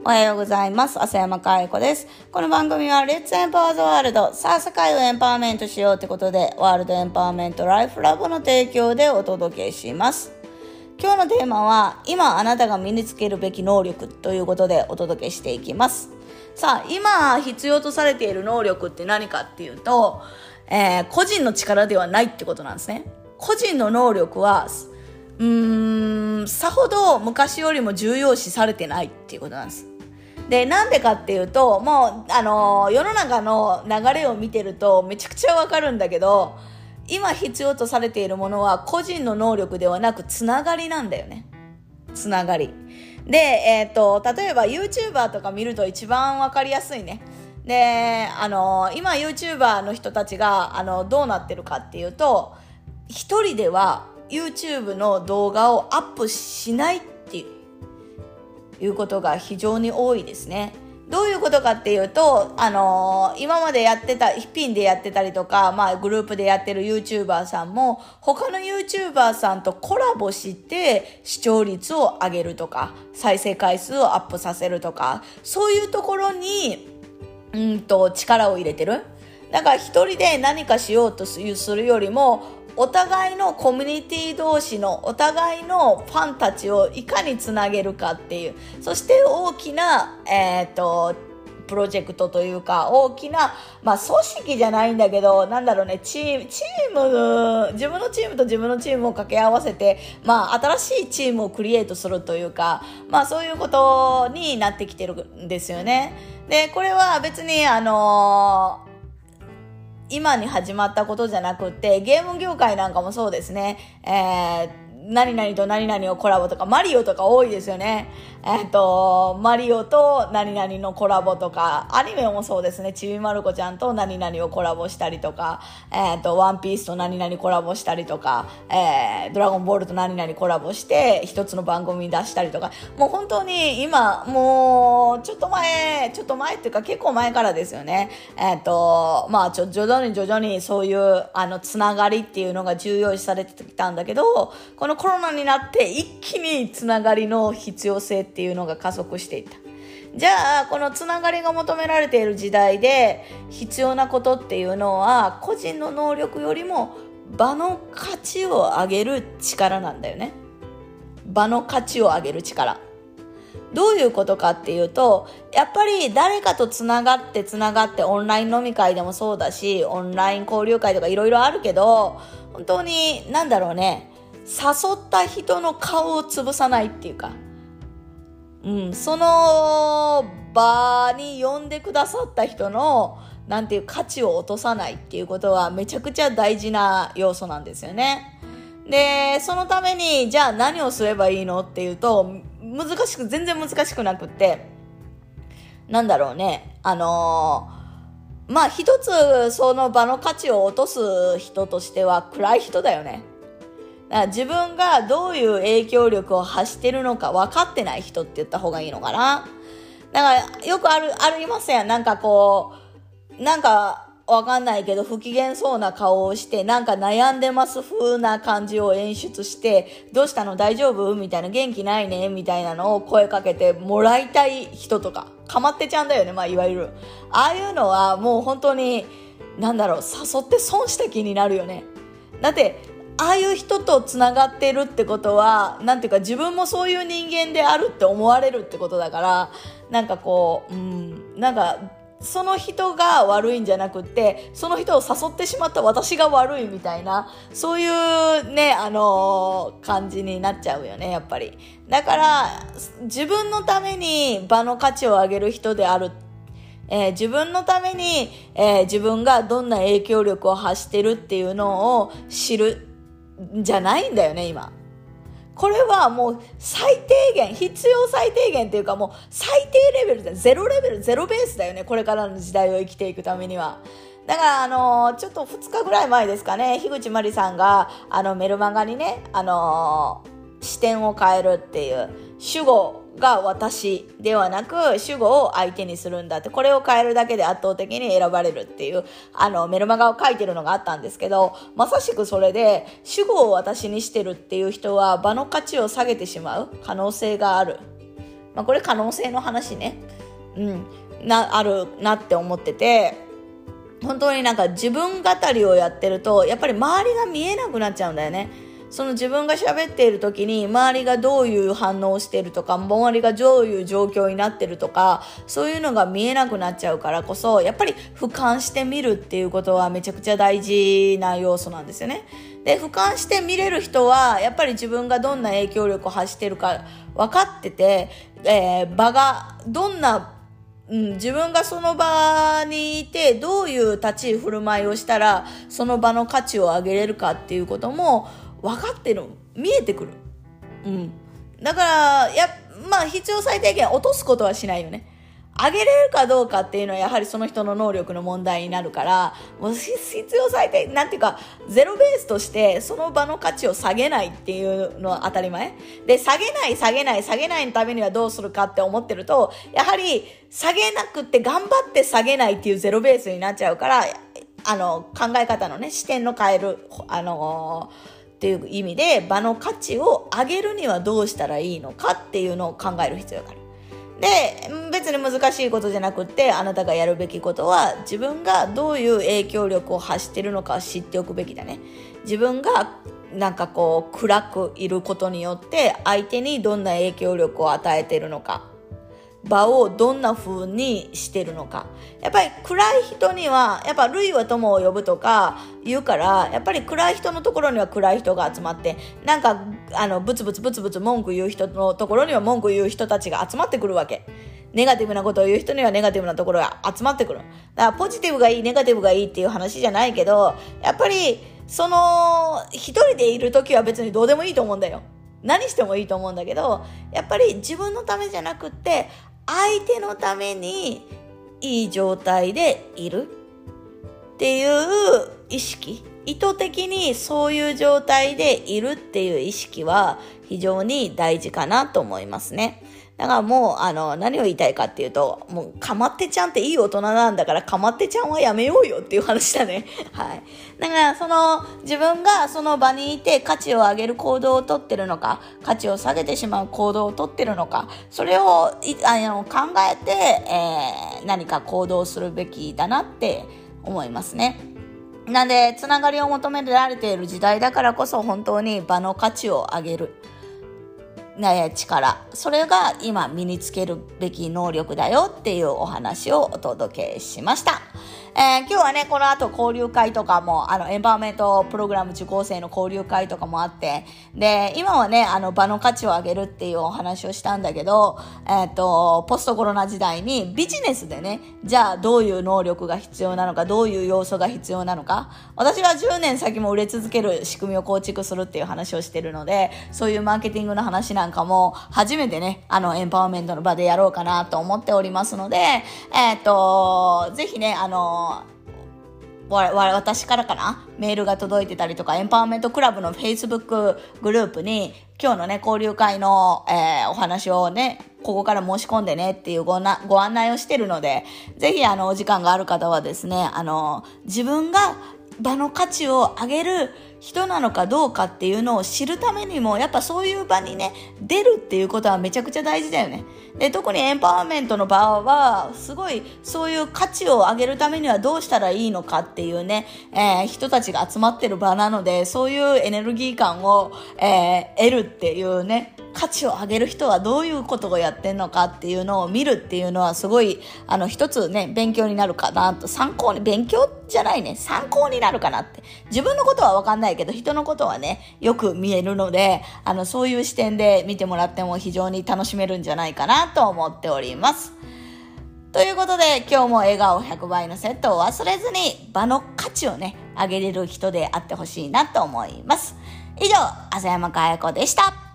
おはようございます。浅山かえ子です。この番組はレッツエンパワーズワールド、さあ世界をエンパワーメントしようってことで、ワールドエンパワーメントライフラボの提供でお届けします。今日のテーマは、今あなたが身につけるべき能力ということでお届けしていきます。さあ、今必要とされている能力って何かっていうと、個人の力ではないってことなんですね。個人の能力はさほど昔よりも重要視されてないっていうことなんです。で、なんでかっていうと、もう世の中の流れを見てるとめちゃくちゃわかるんだけど、今必要とされているものは個人の能力ではなくつながりなんだよね。つながりで、例えば YouTuber とか見ると一番わかりやすいね。で、今 YouTuber の人たちがどうなってるかっていうと、一人では YouTube の動画をアップしないっていうことが非常に多いですね。どういうことかっていうと、今までやってた、ピンでやってたりとか、グループでやってる YouTuber さんも、他の YouTuber さんとコラボして視聴率を上げるとか、再生回数をアップさせるとか、そういうところに、力を入れてる。だから一人で何かしようとするよりも、お互いのコミュニティ同士のお互いのファンたちをいかにつなげるかっていう、そして大きな、プロジェクトというか、大きな、組織じゃないんだけど、チーム、自分のチームと自分のチームを掛け合わせて、新しいチームをクリエイトするというか、そういうことになってきてるんですよね。で、これは別に今に始まったことじゃなくて、ゲーム業界なんかもそうですね。何々と何々をコラボとか、マリオとか多いですよね。マリオと何々のコラボとか、アニメもそうですね。ちびまる子ちゃんと何々をコラボしたりとか、ワンピースと何々コラボしたりとか、ドラゴンボールと何々コラボして一つの番組に出したりとか、もう本当に今、もうちょっと前っていうか結構前からですよね。徐々にそういうつながりっていうのが重要視されてきたんだけど、このコロナになって一気につながりの必要性っていうのが加速していった。じゃあこのつながりが求められている時代で必要なことっていうのは、個人の能力よりも場の価値を上げる力なんだよね。場の価値を上げる力。どういうことかっていうと、やっぱり誰かとつながってオンライン飲み会でもそうだし、オンライン交流会とかいろいろあるけど、本当に誘った人の顔を潰さないっていうか、その場に呼んでくださった人の価値を落とさないっていうことはめちゃくちゃ大事な要素なんですよね。で、そのためにじゃあ何をすればいいのっていうと、全然難しくなくって、一つその場の価値を落とす人としては暗い人だよね。だから自分がどういう影響力を発してるのか分かってない人って言った方がいいのかな。だからよくありますやん。わかんないけど不機嫌そうな顔をして、悩んでます風な感じを演出して、どうしたの大丈夫みたいな、元気ないねみたいなのを声かけてもらいたい人とか、かまってちゃんだよね。いわゆる。ああいうのはもう本当に、誘って損した気になるよね。だって、ああいう人とつながってるってことは、自分もそういう人間であるって思われるってことだから、その人が悪いんじゃなくて、その人を誘ってしまった私が悪いみたいな、そういうね、感じになっちゃうよね、やっぱり。だから、自分のために場の価値を上げる人である。自分のために、自分がどんな影響力を発してるっていうのを知るんじゃないんだよね、今。これはもう必要最低限っていうか、もう最低レベルだ。ゼロベースだよね。これからの時代を生きていくためには。だからちょっと2日ぐらい前ですかね、樋口真理さんがメルマガにね、視点を変えるっていう主語が私ではなく主語を相手にするんだって、これを変えるだけで圧倒的に選ばれるっていうメルマガを書いてるのがあったんですけど、まさしくそれで主語を私にしてるっていう人は場の価値を下げてしまう可能性がある。 これ可能性の話ね、あるなって思ってて、本当になんか自分語りをやってるとやっぱり周りが見えなくなっちゃうんだよね。その自分が喋っている時に周りがどういう反応をしているとか、周りがどういう状況になっているとか、そういうのが見えなくなっちゃうからこそ、やっぱり俯瞰してみるっていうことはめちゃくちゃ大事な要素なんですよね。で、俯瞰して見れる人はやっぱり自分がどんな影響力を発しているか分かってて、場がどんな自分がその場にいてどういう立ち居振る舞いをしたらその場の価値を上げれるかっていうことも分かってる、見えてくる。だから必要最低限落とすことはしないよね。上げれるかどうかっていうのはやはりその人の能力の問題になるから、もう必要最低なんていうかゼロベースとしてその場の価値を下げないっていうのは当たり前で、下げないのためにはどうするかって思ってると、やはり下げなくて頑張って下げないっていうゼロベースになっちゃうから、考え方のね視点の変えるっていう意味で場の価値を上げるにはどうしたらいいのかっていうのを考える必要がある。で、別に難しいことじゃなくって、あなたがやるべきことは自分がどういう影響力を発しているのかを知っておくべきだね。自分がなんかこう暗くいることによって相手にどんな影響力を与えているのか、場をどんな風にしてるのか。やっぱり暗い人にはやっぱ類は友を呼ぶとか言うから、やっぱり暗い人のところには暗い人が集まって、なんかブツブツ文句言う人のところには文句言う人たちが集まってくるわけ。ネガティブなことを言う人にはネガティブなところが集まってくる。だからポジティブがいいネガティブがいいっていう話じゃないけど、やっぱりその一人でいるときは別にどうでもいいと思うんだよ。何してもいいと思うんだけど、やっぱり自分のためじゃなくって相手のためにいい状態でいるっていう意識、意図的にそういう状態でいるっていう意識は非常に大事かなと思いますね。だからもう何を言いたいかっていうと、もうかまってちゃんっていい大人なんだから、かまってちゃんはやめようよっていう話だね。はい。だから自分がその場にいて価値を上げる行動をとってるのか、価値を下げてしまう行動をとってるのか、それを考えて、何か行動するべきだなって思いますね。なんでつながりを求められている時代だからこそ、本当に場の価値を上げる力、それが今身につけるべき能力だよっていうお話をお届けしました。今日はね、この後交流会とかもエンパワーメントプログラム受講生の交流会とかもあって、で今はね場の価値を上げるっていうお話をしたんだけど、ポストコロナ時代にビジネスでね、じゃあどういう能力が必要なのか、どういう要素が必要なのか、私は10年先も売れ続ける仕組みを構築するっていう話をしてるので、そういうマーケティングの話なんかも初めてねエンパワーメントの場でやろうかなと思っておりますので、ぜひね私からかなメールが届いてたりとか、エンパワーメントクラブの Facebook グループに今日のね交流会の、お話をねここから申し込んでねっていうご案内をしてるので、ぜひお時間がある方はですね自分が場の価値を上げる人なのかどうかっていうのを知るためにも、やっぱそういう場にね出るっていうことはめちゃくちゃ大事だよね。で特にエンパワーメントの場はすごいそういう価値を上げるためにはどうしたらいいのかっていうね、人たちが集まってる場なので、そういうエネルギー感を、得るっていうね、価値を上げる人はどういうことをやってんのかっていうのを見るっていうのはすごい一つね勉強になるかなと、参考になるかなって。自分のことは分かんないけど人のことはねよく見えるので、そういう視点で見てもらっても非常に楽しめるんじゃないかなと思っております。ということで今日も笑顔100倍のセットを忘れずに場の価値をね上げれる人であってほしいなと思います。以上、浅山かや子でした。